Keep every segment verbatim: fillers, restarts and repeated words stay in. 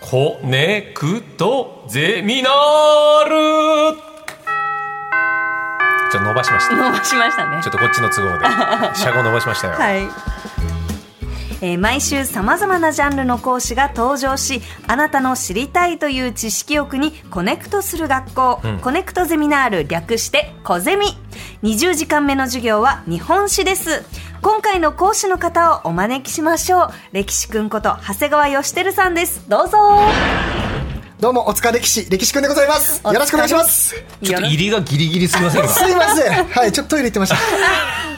コネクトゼミナール。ちょっと伸ばしました。 伸ばしましたね。 ちょっとこっちの都合で社語伸ばしましたよ。 はい。えー、毎週さまざまなジャンルの講師が登場し、あなたの知りたいという知識欲にコネクトする学校、うん、コネクトゼミナール、略してコゼミ。にじゅうじかんめの授業は日本史です。今回の講師の方をお招きしましょう。歴史くんこと長谷川義輝さんです。どうぞ。 どうも、おつか歴史歴史くんでございます。よろしくお願いします。 ちょっと入りがギリギリすみませんか。 すいません、はい、ちょっとトイレ行ってました。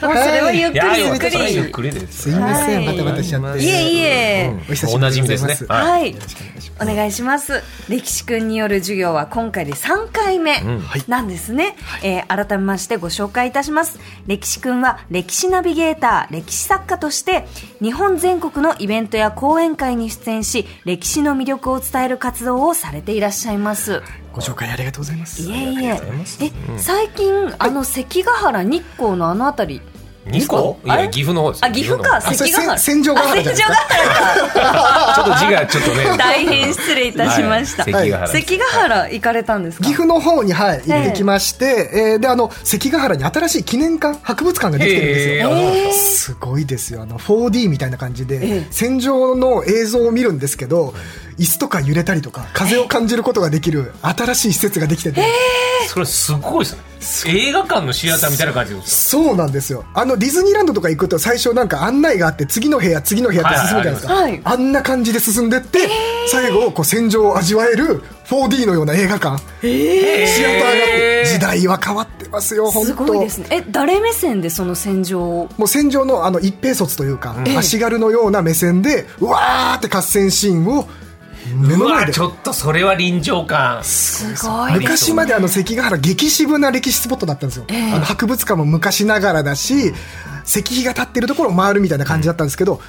もうそれはゆっくりゆっくりゆっくりです。 すいません、バタバタしちゃって。 いえいえ、 うん、お久しぶりでございます。おなじみですね。 はい、お願いします。歴史くんによる授業は今回でさんかいめなんですね、うん、えー、改めましてご紹介いたします。歴史くんは歴史ナビゲーター、歴史作家として日本全国のイベントや講演会に出演し、歴史の魅力を伝える活動をされていらっしゃいます。 ご紹介ありがとうございます。 いえいえ、え、うん、最近あの関ヶ原、日光のあのあたり、 日光？いや、岐阜の方です。 あ、岐阜か、関ヶ原。 戦場ヶ原じゃないですか。 戦場ヶ原か。 ちょっと字がちょっとね。 大変失礼いたしました。 はい、関ヶ原。 関ヶ原行かれたんですか？ 岐阜の方に、はい、行ってきまして、えー、で、あの関ヶ原に新しい記念館、博物館ができてるんですよ。えー、すごいですよ。あの フォーディー みたいな感じで、えー、戦場の映像を見るんですけど、椅子とか揺れたりとか風を感じることができる新しい施設ができてて、えー、それすごいですね。映画館のシアターみたいな感じです。 そうなんですよ。あのディズニーランドとか行くと最初なんか案内があって、次の部屋次の部屋って進むじゃないですか、はいはい、あんな感じで進んでって、えー、最後こう戦場を味わえる フォーディー のような映画館、えー、シアターがあって、時代は変わってますよ。本当すごいですね。え、誰目線でその戦場を？ もう戦場のあの一兵卒というか、うん、足軽のような目線でうわーって合戦シーンを目の前で。 ちょっとそれは臨場感すごい。 昔まであの関ヶ原激渋な歴史スポットだったんですよ、えー、あの博物館も昔ながらだし、石碑が立ってるところを回るみたいな感じだったんですけど、うん、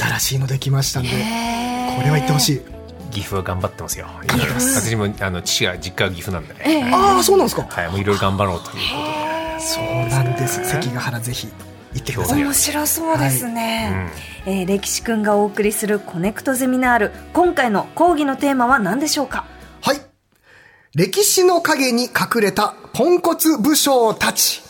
新しいのできましたんで、えー、これは行ってほしい。 岐阜は頑張ってますよ。私もあの父が実家が岐阜なんでね、 えー、ああそうなんですか。 はい、もういろいろ頑張ろうということで、 えー、そうなんです。関ヶ原ぜひ行ってください。 面白そうですね、はい、えー、歴史くんがお送りするコネクトゼミナール、今回の講義のテーマは何でしょうか？ はい、歴史の陰に隠れたポンコツ武将たち。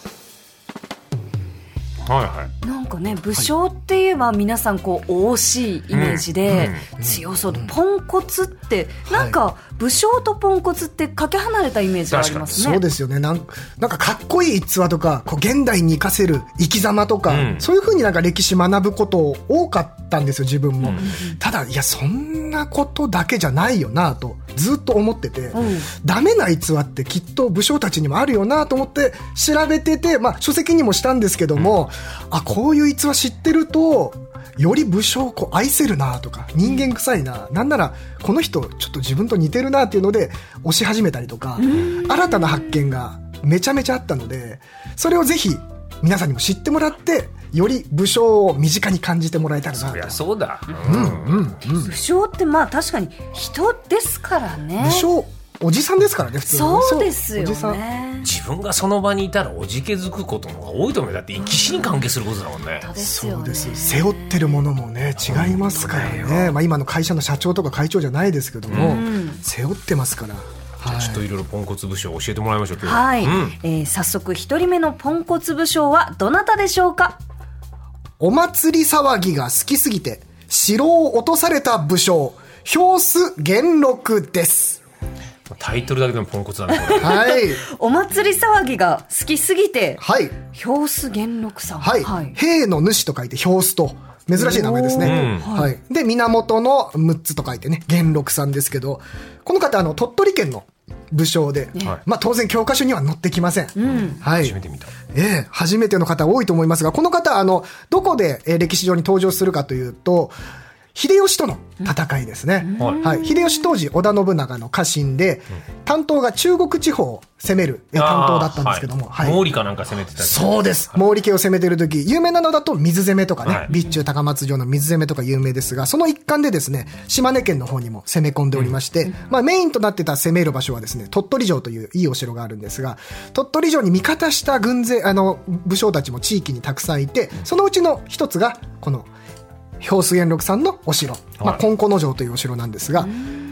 はいはい、 なんかね、武将って言えば皆さんこう惜しいイメージで、うん、強そうで、うん、ポンコツってなんか武将とポンコツってかけ離れたイメージがありますね。 そうですよね。なんか、なんかかっこいい逸話とか、こう現代に生かせる生き様とか、うん、そういう風になんか歴史学ぶこと多かったんですよ、自分も、うん、ただいやそんなことだけじゃないよなとずっと思ってて、うん、ダメな逸話ってきっと武将たちにもあるよなと思って調べてて、まあ書籍にもしたんですけども、うん、あ、こういう逸話知ってるとより武将をこう愛せるなとか、人間臭いな、なんならこの人ちょっと自分と似てるなっていうので推し始めたりとか、新たな発見がめちゃめちゃあったので、それをぜひ皆さんにも知ってもらって、より武将を身近に感じてもらえたらなと。 そりゃそうだ、 うんうんうん、 武将ってまあ確かに人ですからね。 武将おじさんですからね、普通に。 そうですよね。 おじさん、 自分がその場にいたらおじけづくことの方が多いと思う。だって生き死に関係することだもんね。 そうです。背負ってるものもね違いますからね、まあ、今の会社の社長とか会長じゃないですけども、うん、背負ってますから。 じゃあちょっといろいろポンコツ武将教えてもらいましょう。 はい、うん、えー、早速一人目のポンコツ武将はどなたでしょうか？ お祭り騒ぎが好きすぎて城を落とされた武将、氷須元禄です。 タイトルだけでもポンコツだね、 はい、 お祭り騒ぎが好きすぎて、 はい、 氷須元禄さん、 はいはい、兵の主と書いて氷須と、珍しい名前ですね、うん、はい、で源のむっつと書いてね元禄さんですけど、この方あの鳥取県の武将で、はい、まあ、当然教科書には載ってきません、うん、はい、 初めて見た、 えー、初めての方多いと思いますが、この方あのどこで、えー、歴史上に登場するかというと、秀吉との戦いですね、うんはい、秀吉当時織田信長の家臣で、うん、担当が中国地方を攻める担当だったんですけども、 はいはい、毛利かなんか攻めてたり、 そうです、はい、毛利家を攻めてる時有名なのだと水攻めとかね、はい、備中高松城の水攻めとか有名ですが、その一環でですね島根県の方にも攻め込んでおりまして、うんまあ、メインとなってた攻める場所はですね鳥取城といういいお城があるんですが、鳥取城に味方した軍勢あの武将たちも地域にたくさんいて、そのうちの一つがこの氷須元禄さんのお城、まあ、金子野城というお城なんですが、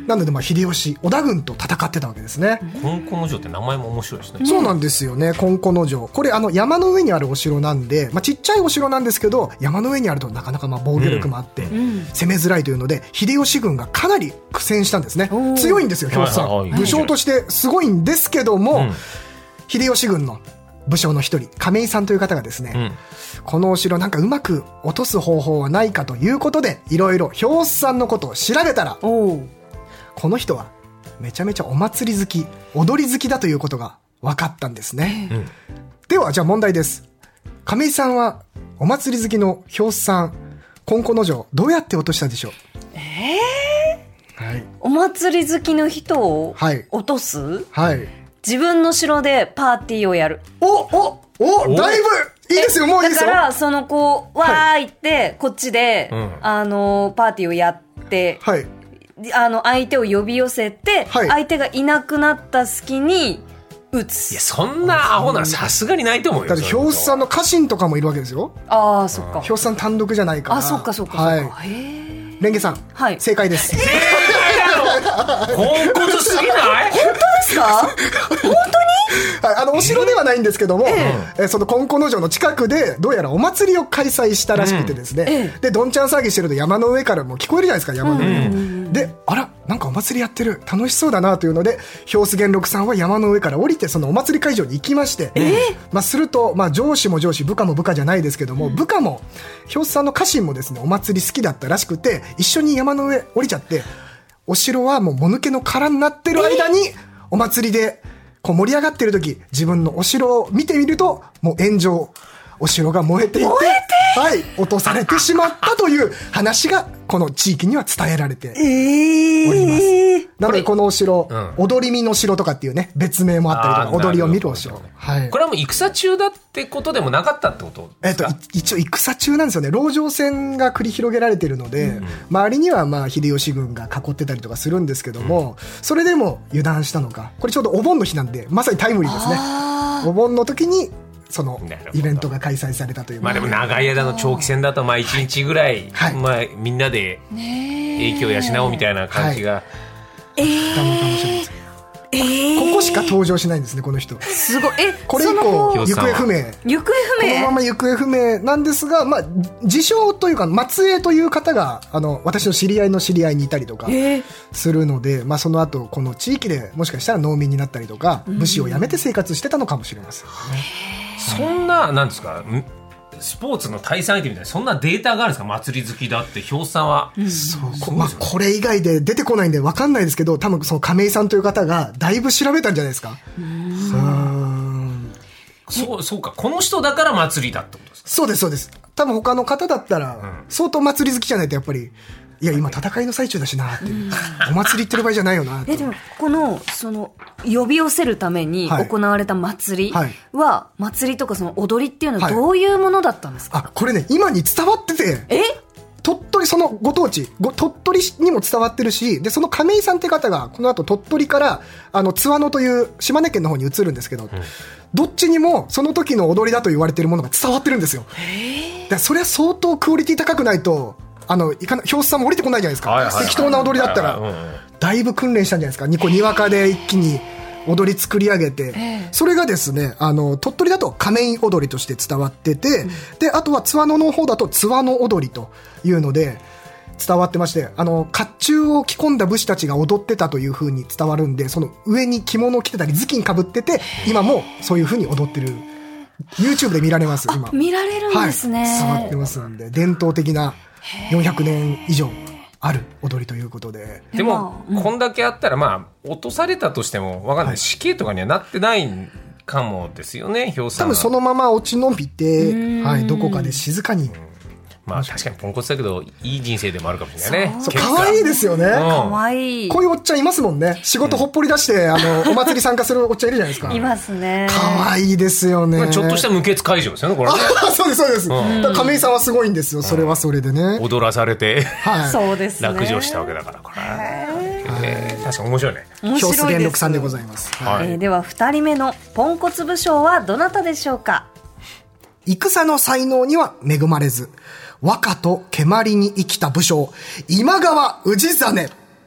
なのでまあ秀吉織田軍と戦ってたわけですね。 金子の城って名前も面白いですね。 そうなんですよね。金子の城、これあの山の上にあるお城なんで、まあ、ちっちゃいお城なんですけど、山の上にあるとなかなかまあ防御力もあって、うん、攻めづらいというので秀吉軍がかなり苦戦したんですね。強いんですよ表さん、はいはいはい、武将としてすごいんですけども、うん、秀吉軍の武将の一人亀井さんという方がですね、うん、このお城なんかうまく落とす方法はないかということでいろいろ表さんのことを調べたら、この人はめちゃめちゃお祭り好き、踊り好きだということが分かったんですね、うん、ではじゃあ問題です。亀井さんはお祭り好きの表さん金子の城どうやって落としたでしょう？ えーはい、お祭り好きの人を落とす、はいはい、自分の城でパーティーをやる。 おおおだいぶいいですよ、もういいですよ。 だからそのこうわーいって、はい、こっちで、うん、あのパーティーをやって、はい、あの相手を呼び寄せて、はい、相手がいなくなった隙に撃つ。 いやそんなアホなさすがにないと思うよ。 だって表さんの家臣とかもいるわけですよ。 ああそっか。 表さん単独じゃないから。 あそっかそっかそっか、はい、へレンゲさん、はい、正解です。 正解だろ。ポンコツすぎない？ 本当ですか？本当に？ はい、あのお城ではないんですけども、えー、その金子の城の近くでどうやらお祭りを開催したらしくてですね、うんえー、でどんちゃん騒ぎしてると山の上からも聞こえるじゃないですか、山の上、うん、であらなんかお祭りやってる楽しそうだなというので表紙元禄さんは山の上から降りてそのお祭り会場に行きまして、えーまあ、すると、まあ、上司も上司部下も部下じゃないですけども、うん、部下も表紙さんの家臣もですねお祭り好きだったらしくて一緒に山の上降りちゃってお城はもうもぬけの殻になってる間にお祭りでこう盛り上がってる時自分のお城を見てみるともう炎上お城が燃えていて、燃えてはい、落とされてしまったという話がこの地域には伝えられております、えー、なのでこのお城、うん、踊り見の城とかっていうね別名もあったりとか踊りを見るお城、 はい、これはもう戦中だってことでもなかったってことですか？ えっと、一応戦中なんですよね。籠城戦が繰り広げられているので、うん、周りにはまあ秀吉軍が囲ってたりとかするんですけども、うん、それでも油断したのか、これちょうどお盆の日なんでまさにタイムリーですね。お盆の時にそのイベントが開催されたという。 まあでも長い間の長期戦だとまあいちにちぐらい、はい、まあみんなで影響を養おうみたいな感じが、 はい、えー、楽しみです。えー、ここしか登場しないんですねこの人。 すごい。えこれ以降行方不明行方不明このまま行方不明なんですが、まあ、自称というか松江という方があの私の知り合いの知り合いにいたりとかするので、えーまあ、その後この地域でもしかしたら農民になったりとか武士を辞めて生活してたのかもしれませんね、 うん、そんななんですかスポーツの対戦相手みたいなそんなデータがあるんですか？祭り好きだって表さんは、うん、 そうこ、まあ、これ以外で出てこないんで分かんないですけど多分その亀井さんという方がだいぶ調べたんじゃないですか。うーんそう、そうかこの人だから祭りだってことですか？ そうですそうです。多分他の方だったら相当祭り好きじゃないとやっぱりいや今戦いの最中だしなって、うん、お祭り行ってる場合じゃないよなって。 えでもこのその呼び寄せるために行われた祭りは、はいはい、祭りとかその踊りっていうのはどういうものだったんですか？ はい、あこれね今に伝わっててえ鳥取そのご当地ご鳥取にも伝わってるしでその亀井さんって方がこの後鳥取からあの津和野という島根県の方に移るんですけど、うん、どっちにもその時の踊りだと言われているものが伝わってるんですよ。へだそれは相当クオリティ高くないとあの表紙さんも降りてこないじゃないですか、はいはいはい、適当な踊りだったら、はいはいはい、だいぶ訓練したんじゃないですか。にこにわかで一気に踊り作り上げて、えー、それがですねあの鳥取だと亀井踊りとして伝わってて、うん、であとは津和野の方だと津和野踊りというので伝わってましてあの甲冑を着込んだ武士たちが踊ってたという風に伝わるんでその上に着物を着てたり頭巾かぶってて今もそういう風に踊ってる YouTube で見られます。今見られるんですね、 はい、伝わってますんで伝統的なよんひゃくねん以上ある踊りということででも、うん、こんだけあったらまあ落とされたとしても分かんない、はい、死刑とかにはなってないかもですよね。表さんは多分そのまま落ち延びて、はい、どこかで静かに、うんまあ確かにポンコツだけどいい人生でもあるかもしれないね。 そう可愛いですよね、うん、 可愛いこういうおっちゃんいますもんね。仕事ほっぽり出して、うん、あのお祭り参加するおっちゃんいるじゃないですか。 いますね。 可愛いですよね、 まあ、ちょっとした無血解除ですよねこれね。 あそうですそうです、うん、だから亀井さんはすごいんですよそれはそれでね、 うん、踊らされて、 はい、そうですね落城したわけだからこれ、えー、確かに面白いね。 面白いです。 表紙元禄さんでございます、 はいえー、ではふたりめのポンコツ武将はどなたでしょうか？ 戦の才能には恵まれず和歌と蹴鞠に生きた武将今川氏真。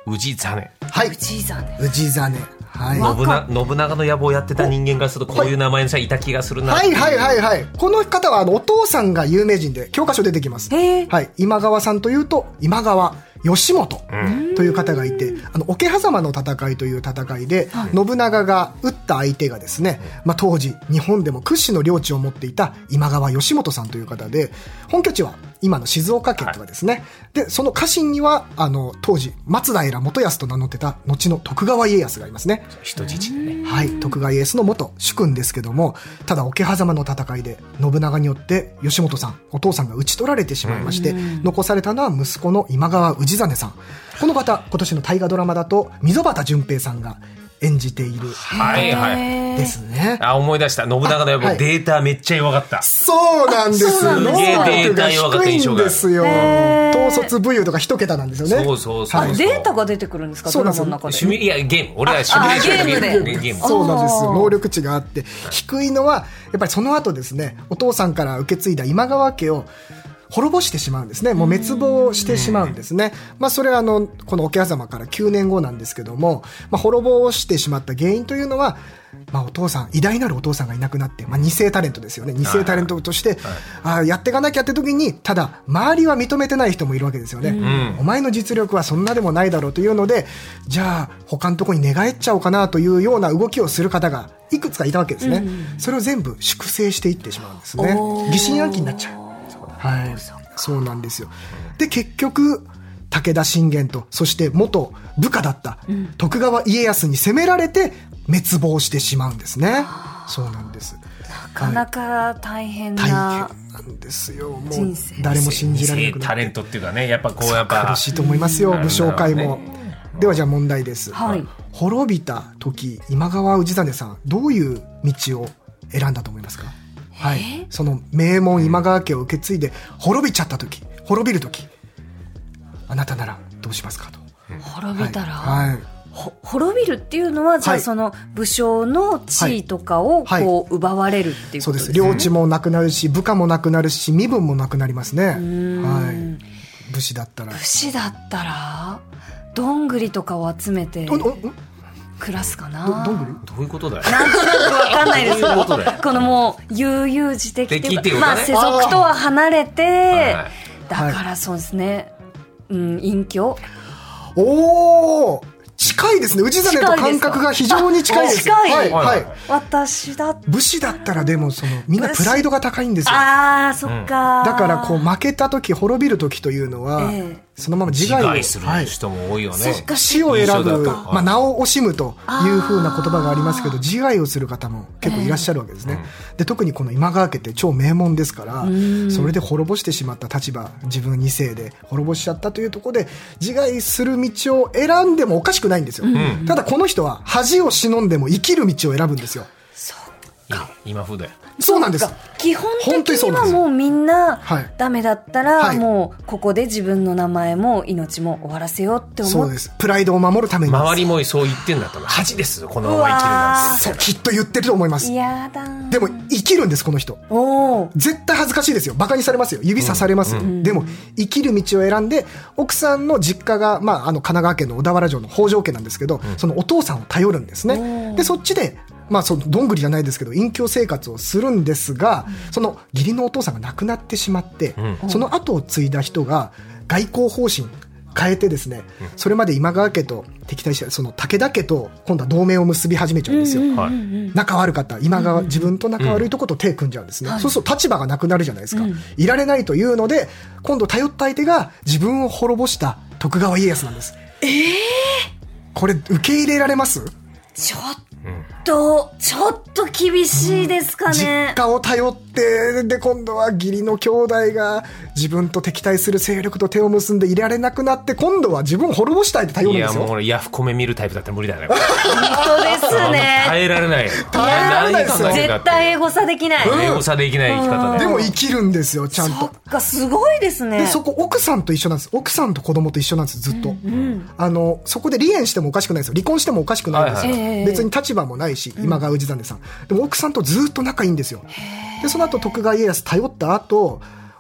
氏真。 はい。 氏真。 氏真。はい。 信長、信長の野望をやってた人間がするとこういう名前にさ、いた気がするな。 はいはいはいはい。この方はあのお父さんが有名人で教科書出てきます。 へー。 はい。今川さんというと今川義元という方がいて、あの桶狭間の戦いという戦いで、はい、信長が撃った相手がですね、まあ、当時日本でも屈指の領地を持っていた今川義元さんという方で、本拠地は今の静岡県とかですね、はい、でその家臣にはあの当時松平元康と名乗ってた後の徳川家康がいますね。 人質でね。 はい。徳川家康の元主君ですけども、ただ桶狭間の戦いで信長によって義元さん、お父さんが討ち取られてしまいまして、残されたのは息子の今川氏真さん。この方、今年の大河ドラマだと溝端淳平さんが演じている。 はいはい。 ですね。 あ、思い出した。信長の野望、はい、データめっちゃ弱かった。 そうなんです。 すげえデータ弱かった印象がある。 ですよ。統率武勇とか一桁なんですよね。 そうそうそう。 はい、データが出てくるんですか、ドラマの中で。 シミいや、ゲーム。俺はシミュレーションゲームで。 ゲーム。 そうなんですよ。能力値があって。低いのは、やっぱりその後ですね、お父さんから受け継いだ今川家を、滅ぼしてしまうんですね。もう滅亡してしまうんですね。まあそれはあのこの桶狭間からきゅうねんごなんですけども、まあ滅ぼしてしまった原因というのは、まあお父さん、偉大なるお父さんがいなくなって、まあ二世タレントですよね。二世タレントとして、ああやっていかなきゃって時に、ただ周りは認めてない人もいるわけですよね。うん、お前の実力はそんなでもないだろうというので、じゃあ他のところに寝返っちゃおうかなというような動きをする方がいくつかいたわけですね。うん、それを全部粛清していってしまうんですね。疑心暗鬼になっちゃう。はい。そうなんですよ。で結局武田信玄とそして元部下だった徳川家康に攻められて滅亡してしまうんですね。そうなんです。 なかなか大変な、 はい、大変なんですよ。もう誰も信じられなくなってタレントっていうかね、やっぱこうやっぱ苦しいと思いますよ、武将会も。ではじゃあ問題です、 はい、 滅びた時今川氏真さんどういう道を選んだと思いますか？はい、その名門今川家を受け継いで滅びちゃった時、滅びる時、あなたならどうしますかと。 滅びたら、 はいはい、 ほ滅びるっていうのはじゃあその武将の地位とかをこう奪われるっていうことですね。 そうです。領地もなくなるし部下もなくなるし身分もなくなりますね。はい、武士だったら武士だったらどんぐりとかを集めて暮らすかな。 ど, どんぐりどういうことだよ。 なんとなく分かんないですけどこのもう悠々自適っていうか、まあ世俗とは離れて、だからそうですね、うん、隠居。 おー近いですね。氏真と感覚が非常に近いです。 近い、 はいはい、 私だ武士だったらでもそのみんなプライドが高いんですよ。 ああそっか、 だからこう負けた時滅びる時というのは、えー、そのまま自害を自害する人も多いよね。 はい、死を選ぶ、まあ、名を惜しむというふうな言葉がありますけど、自害をする方も結構いらっしゃるわけですね。えー、で特にこの今川家って超名門ですから、それで滅ぼしてしまった立場、自分に世で滅ぼしちゃったというところで自害する道を選んでもおかしくないんですよ。うん、ただこの人は恥を忍んでも生きる道を選ぶんですよ。 そうか、 今風だよ。 そうなんです。 基本的にはもうみんなダメだったら、はい、もうここで自分の名前も命も終わらせようって思う。 そうです。プライドを守るために。 周りもそう言ってんだったら恥ですよこのまま生きるなんて。 そうきっと言ってると思います。 やだ。 でも生きるんですこの人。お絶対恥ずかしいですよ。バカにされますよ。指さされますよ。うんうん、でも生きる道を選んで、奥さんの実家が、まあ、あの神奈川県の小田原城の北条家なんですけど、うん、そのお父さんを頼るんですね。でそっちでまあ、そのどんぐりじゃないですけど隠居生活をするんですが、うん、その義理のお父さんが亡くなってしまって、うん、その後を継いだ人が外交方針変えてですね、うん、それまで今川家と敵対してその武田家と今度は同盟を結び始めちゃうんですよ、うんうんうん、仲悪かった今川、自分と仲悪いとこと手組んじゃうんですね、うん、そうすると立場がなくなるじゃないですか、うん、いられないというので今度頼った相手が自分を滅ぼした徳川家康なんです。 えー、 これ受け入れられます？ ちょっと、ちょっと厳しいですかね。 実家を頼って、で、今度は義理の兄弟が自分と敵対する勢力と手を結んでいられなくなって、今度は自分を滅ぼしたいって頼るんですよ。 いや、もう俺、ヤフコメ見るタイプだったら無理だね。 本当ですね。 耐えられない。 耐えられないですよ。 絶対英語差できない。 英語差できない生き方で。 でも生きるんですよ、ちゃんと。 そっか、すごいですね。 で、そこ、奥さんと一緒なんです。奥さんと子供と一緒なんです、ずっと。うんうん、あの、そこで離縁してもおかしくないですよ。離婚してもおかしくないんですよ。はいはい、別に立場もないし、今川氏真さん。でも奥さんとずっと仲いいんですよ。で、その後徳川家康頼った後、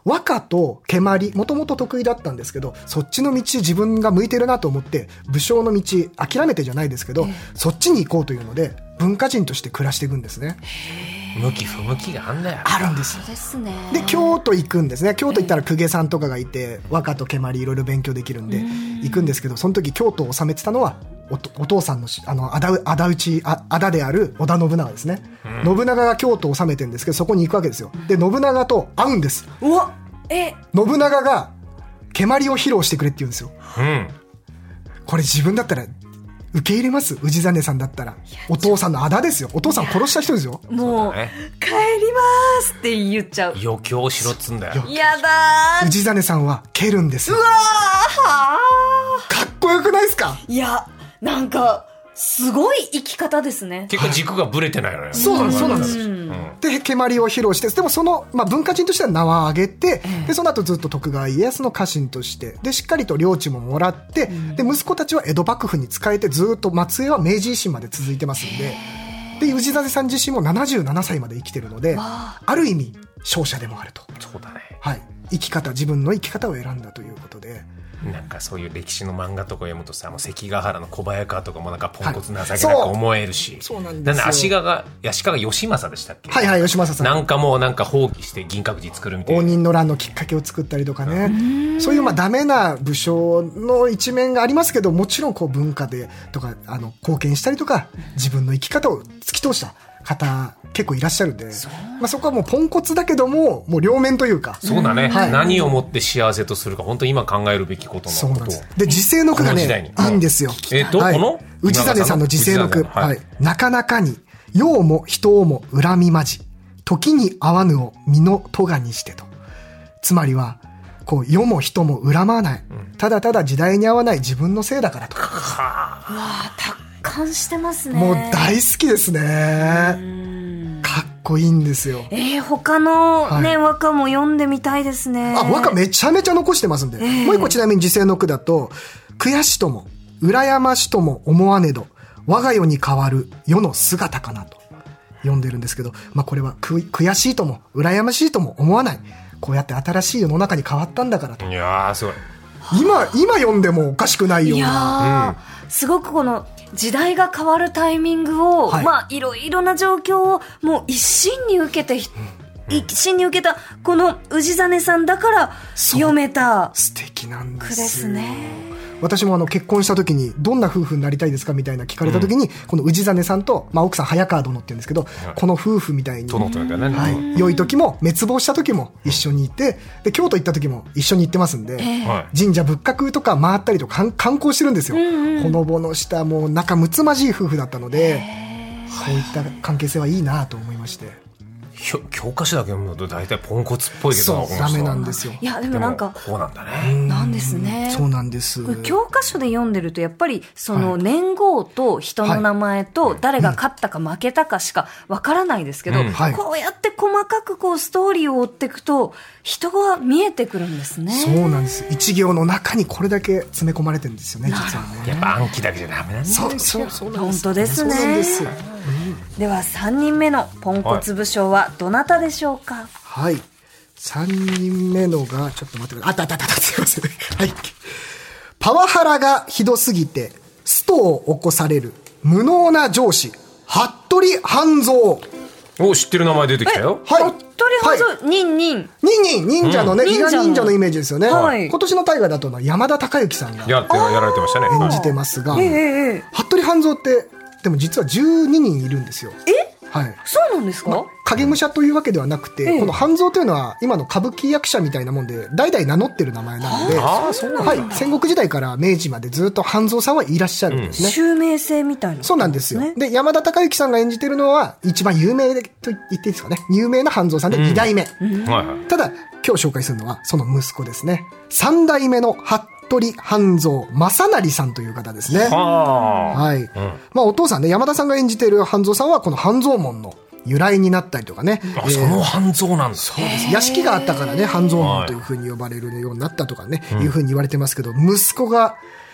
和歌と蹴鞠、もともと得意だったんですけど、そっちの道自分が向いてるなと思って、武将の道、諦めてじゃないですけど、そっちに行こうというので、文化人として暮らしていくんですね。 向き不向きがあんだよ。 あるんです。 そうですね。 で、京都行くんですね。京都行ったら公家さんとかがいて、和歌と蹴鞠いろいろ勉強できるんで、行くんですけど、その時京都を治めてたのは、お, お父さんの、あの、あだ、あだうち、あ、あだである織田信長ですね。うん、信長が京都を治めてるんですけど、そこに行くわけですよ。で、信長と会うんです。 うわえ信長が、蹴鞠を披露してくれって言うんですよ。うん。これ自分だったら、受け入れます？氏真さんだったら。お父さんのあだですよ。お父さん殺した人ですよ。 もう、ね、帰りますって言っちゃう。 余興しろっつんだよ。 やだー。 氏真さんは蹴るんですよ。 うわーかっこよくないですか？ いや、なんか、すごい生き方ですね。 結構軸がぶれてないのよ。 そうなんです、そうなんです。うん、で、蹴鞠を披露して、でもその、まあ、文化人としては名は上げて、うん、で、その後ずっと徳川家康の家臣として、で、しっかりと領地ももらって、うん、で、息子たちは江戸幕府に仕えて、ずっと末裔は明治維新まで続いてますんで、で、氏真さん自身もななじゅうななさいまで生きてるので、ある意味、勝者でもあると。 そうだね。 はい。生き方、自分の生き方を選んだということで、 なんかそういう歴史の漫画とか読むとさ、もう関ヶ原の小早川とかもなんかポンコツ情けなく思えるし、はい、 そうなんですよ。 足利が足利義政でしたっけ？ はいはい、義政さん。 なんかもうなんか放棄して銀閣寺作るみたいな。 応仁の乱のきっかけを作ったりとかね、うん、そういうまあダメな武将の一面がありますけど、もちろんこう文化でとかあの貢献したりとか、自分の生き方を突き通した方結構いらっしゃるんで、そ,、まあ、そこはもうポンコツだけどももう両面というか、 そうだね、はい、何をもって幸せとするか本当に今考えるべきことのことを。そうなんです。 で、時世の句がねいいんですよ。 えっと、はい、この氏真さんの時世の句、はいはい、なかなかに世をも人をも恨みまじ、時に合わぬを身の咎にしてと。つまりはこう世も人も恨まない、うん、ただただ時代に合わない自分のせいだからと。 わあ、達観してますね。 もう大好きですね。かっこいいんですよ。 えー、他のね、はい、和歌も読んでみたいですね。 あ、和歌めちゃめちゃ残してますんで、えー、もう一個ちなみに時世の句だと、悔しとも羨ましとも思わねど我が世に変わる世の姿かなと読んでるんですけど、まあこれはく悔しいとも羨ましいとも思わない、こうやって新しい世の中に変わったんだからと。 いやーすごい。 今今読んでもおかしくないような。いや、 うん、すごくこの時代が変わるタイミングを、はい、まあいろいろな状況をもう一心に受けて、うん、一心に受けたこの氏真さんだから読めた素敵なんです句ですね。 私もあの結婚した時にどんな夫婦になりたいですかみたいな聞かれた時に、うん、この氏真さんと、まあ、奥さん早川殿って言うんですけど、はい、この夫婦みたいに、はい、良い時も滅亡した時も一緒にいて、で京都行った時も一緒に行ってますんで、えー、神社仏閣とか回ったりとか観光してるんですよ、うんうん、ほのぼのしたもう仲睦まじい夫婦だったので、えー、そういった関係性はいいなと思いまして。 教科書だけ読むと大体ポンコツっぽいけど、 そうダメなんですよ。 いやでもなんかこうなんだね。 なんですね。 そうなんです。 教科書で読んでるとやっぱりその年号と人の名前と誰が勝ったか負けたかしかわからないですけど、うんはい、こうやって細かくこうストーリーを追っていくと人が見えてくるんですね。 そうなんです。一行の中にこれだけ詰め込まれてるんですよね、実はね。 やっぱ暗記だけじゃダメなんですよ。そうそうそうなんです。本当ですね。そうなんです。うん、ではさんにんめのポンコツ武将はどなたでしょうか。 はい、さんにんめのがちょっと待ってください。あったあったあった、すいません。はい。パワハラがひどすぎてストを起こされる無能な上司服部半蔵。 お、知ってる名前出てきたよ。 はい。 服部半蔵、はい、ニンニンニンニン忍者のね、伊賀、うん、忍者のイメージですよね。 はい、 今年の大河だと山田孝之さんがやってやられてましたね。 演じてますが、 えー、 服部半蔵ってでも実はじゅうににんいるんですよ。 え、 はい、 そうなんですか。まあ、 影武者というわけではなくて、ええ、この半蔵というのは今の歌舞伎役者みたいなもんで代々名乗ってる名前なので、 ああ、そうなんだ。 はい、戦国時代から明治までずっと半蔵さんはいらっしゃるんですね。 襲名性みたいな、ね、 そうなんですよ。で、山田孝之さんが演じてるのは一番有名でと言っていいですかね、有名な半蔵さんでに代目、うんうん、ただ今日紹介するのはその息子ですね。さん代目の服部半蔵正成さんという方ですね。はい、うん、まあお父さんね、山田さんが演じている半蔵さんはこの半蔵門の由来になったりとかね。 あ、えー、その半蔵なんです。 そうです。屋敷があったからね、半蔵門という風に呼ばれるようになったとかね、いう風に言われてますけど、息子が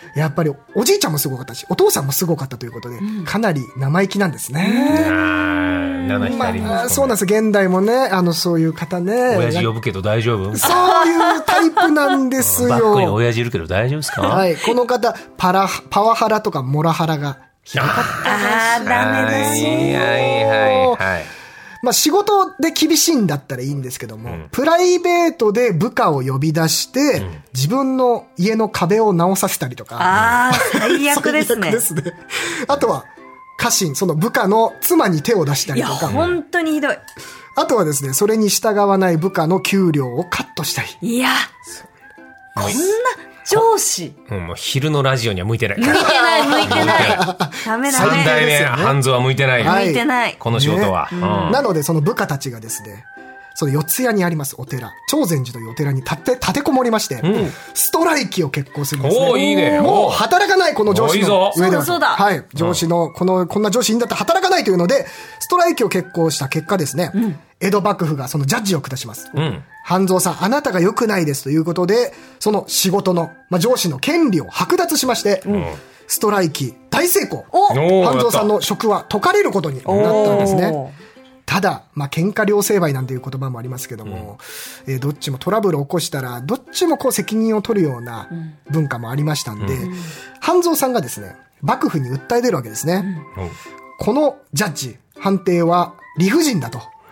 やっぱりおじいちゃんもすごかったし、お父さんもすごかったということで、うん、かなり生意気なんですね。 七光まあ、そうなんです。現代もね、あの、そういう方ね。 親父呼ぶけど大丈夫？ そういうタイプなんですよ。 バックに親父いるけど大丈夫ですか？ はい。この方、パラ、パワハラとかモラハラがひどかったです。 ああ、ダメですよ。 はいはいはい。 まあ仕事で厳しいんだったらいいんですけども、うん、プライベートで部下を呼び出して、うん、自分の家の壁を直させたりとか。 ああ、最悪ですね。 最悪ですね。あとは、家臣、その部下の妻に手を出したりとか。 いや、本当にひどい。 あとはですね、それに従わない部下の給料をカットしたり。 いや、こんな上司。 うん、もう昼のラジオには向いてない。 向いてない、向いてない。ダメダメ。 三代目、半蔵は向いてない。 向いてない。 この仕事は。 ねうん、なので、その部下たちがですね、その四谷にありますお寺、長禅寺というお寺に立て、立てこもりまして、うん、ストライキを決行するんですね。 おー、いいね。 もう働かないこの上司の上では。 そうだ、 はい。上司の、この、こんな上司いいんだったら働かないというので、ストライキを決行した結果ですね、うん、江戸幕府がそのジャッジを下します。うん、半蔵さん、あなたが良くないですということで、その仕事の、まあ、上司の権利を剥奪しまして、うん、ストライキ大成功。半蔵さんの職は解かれることになったんですね。ただ、まあ、喧嘩両成敗なんていう言葉もありますけども、うん、えー、どっちもトラブルを起こしたら、どっちもこう責任を取るような文化もありましたんで、うん、半蔵さんがですね、幕府に訴え出るわけですね。うん、このジャッジ、判定は理不尽だと。うん、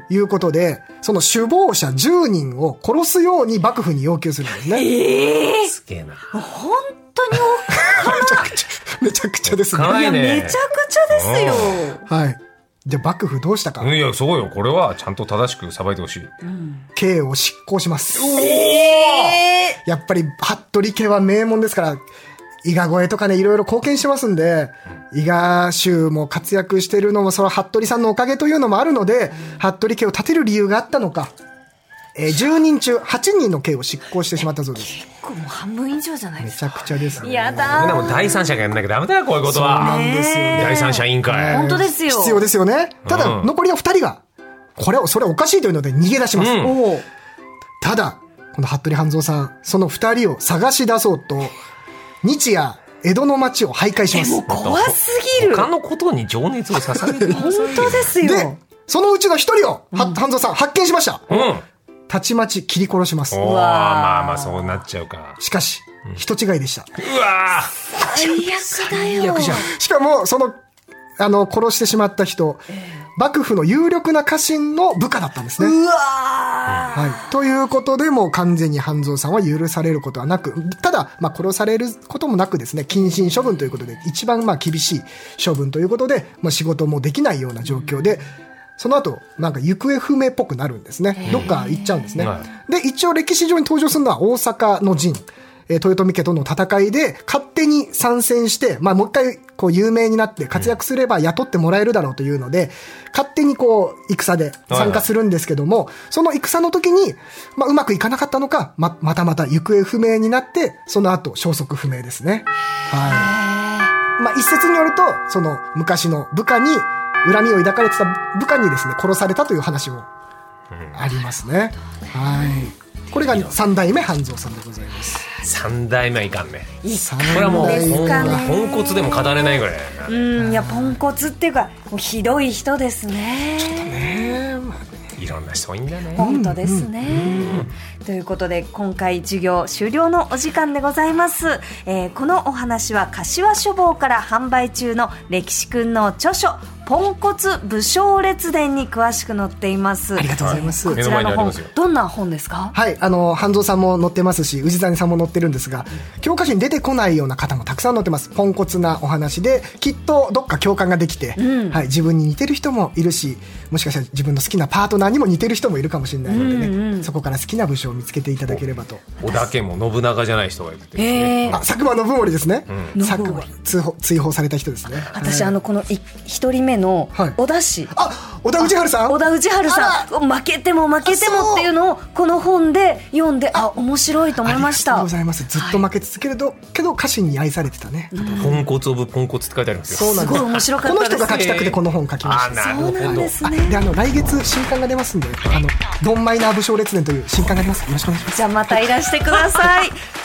いうことで、その首謀者じゅうにんを殺すように幕府に要求するんですね。 えー、 すげえな。 本当におっかなめちゃくちゃ、めちゃくちゃですね。 いや、めちゃくちゃですよ。 はい。で、幕府どうしたか。 いや、そうよ。これはちゃんと正しく裁いてほしい。うん、 刑を執行します。 えー、 やっぱり、服部家は名門ですから、伊賀越えとかね、いろいろ貢献してますんで、伊賀州も活躍してるのも、その服部さんのおかげというのもあるので、服部家を立てる理由があったのか、えー、じゅうにん中はちにんの刑を執行してしまったそうです。 結構もう半分以上じゃないですか。 めちゃくちゃですね。 やだー。 でも第三者がやんなきゃダメだよ、こういうことは。 そうなんですよね。 第三者委員会。 本当ですよ。 必要ですよね。ただ、うん、残りのふたりが、これを、それおかしいというので逃げ出します。うん、ただ、この服部半蔵さん、そのふたりを探し出そうと、日夜、江戸の町を徘徊します。 もう怖すぎる。 他のことに情熱を捧げて本当ですよ。 で、そのうちの一人を、うん、半蔵さん発見しました。 うん。 たちまち切り殺します。 うわまあまあそうなっちゃうか。 しかし、うん、人違いでした。 うわ最悪だよ。 最悪じゃん。しかも、その、あの、殺してしまった人、えー幕府の有力な家臣の部下だったんですね。 うわー、 はい。ということで、もう完全に半蔵さんは許されることはなく、ただ、まあ、殺されることもなくですね、謹慎処分ということで、一番まあ厳しい処分ということで、まあ、仕事もできないような状況で、その後、なんか行方不明っぽくなるんですね。どっか行っちゃうんですね。で、一応歴史上に登場するのは大阪の陣。豊臣家との戦いで勝手に参戦して、まあもう一回こう有名になって活躍すれば雇ってもらえるだろうというので、勝手にこう戦で参加するんですけども、その戦の時に、まあうまくいかなかったのか、ま、またまた行方不明になって、その後消息不明ですね。はい。まあ一説によると、その昔の部下に恨みを抱かれてた部下にですね、殺されたという話もありますね。はい。これが三代目半蔵さんでございます。 三代目はいかんね。 いかんこれはもうですかね。 ポンコツでも語れないぐらいだな。 うん、いやポンコツっていうかもうひどい人ですね。 ちょっとね、まあいろんな人いんだね。 本当ですね、うんうん、ということで今回授業終了のお時間でございます、えー、このお話は柏書房から販売中の歴史くんの著書ポンコツ武将列伝に詳しく載っています。 ありがとうございます。 こちらの本どんな本ですか？ はい、あの半蔵さんも載ってますし氏真さんも載ってるんですが、教科書に出てこないような方もたくさん載ってます。ポンコツなお話できっとどっか共感ができて、うん、はい、自分に似てる人もいるし、もしかしたら自分の好きなパートナーにも似てる人もいるかもしれないのでね、うんうん、そこから好きな武将を見つけていただければと。 織田家も信長じゃない人がいるっていうね、 えー、あ佐久間信盛ですね、 うん、 佐久間追放、追放された人ですね。 私、はい、あのこの一人目の織田氏、 はい、あ織田氏治さん織田氏治さん負けても負けてもっていうのをこの本で読んで、あ面白いと思いました。 ありがとうございます。ずっと負け続けると、はい、けど家臣に愛されてたね、 うん、ポンコツオブポンコツって書いてあるんですよ。 そうなんです。 すごい面白かったです。 この人が書きたくてこの本書きました。 あ、なるほど。 そうなんですね。 で、あの来月新刊が出ますんで、あのドンマイナー武将列伝という新刊が出ます。よろしくお願いします。 じゃあまたいらしてください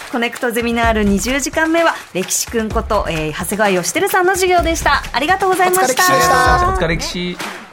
コネクトゼミナールにじゅうじかんめは歴史くんこと、えー、長谷川義輝さんの授業でした。ありがとうございました。 お疲れ歴史でした。 お疲れ歴史。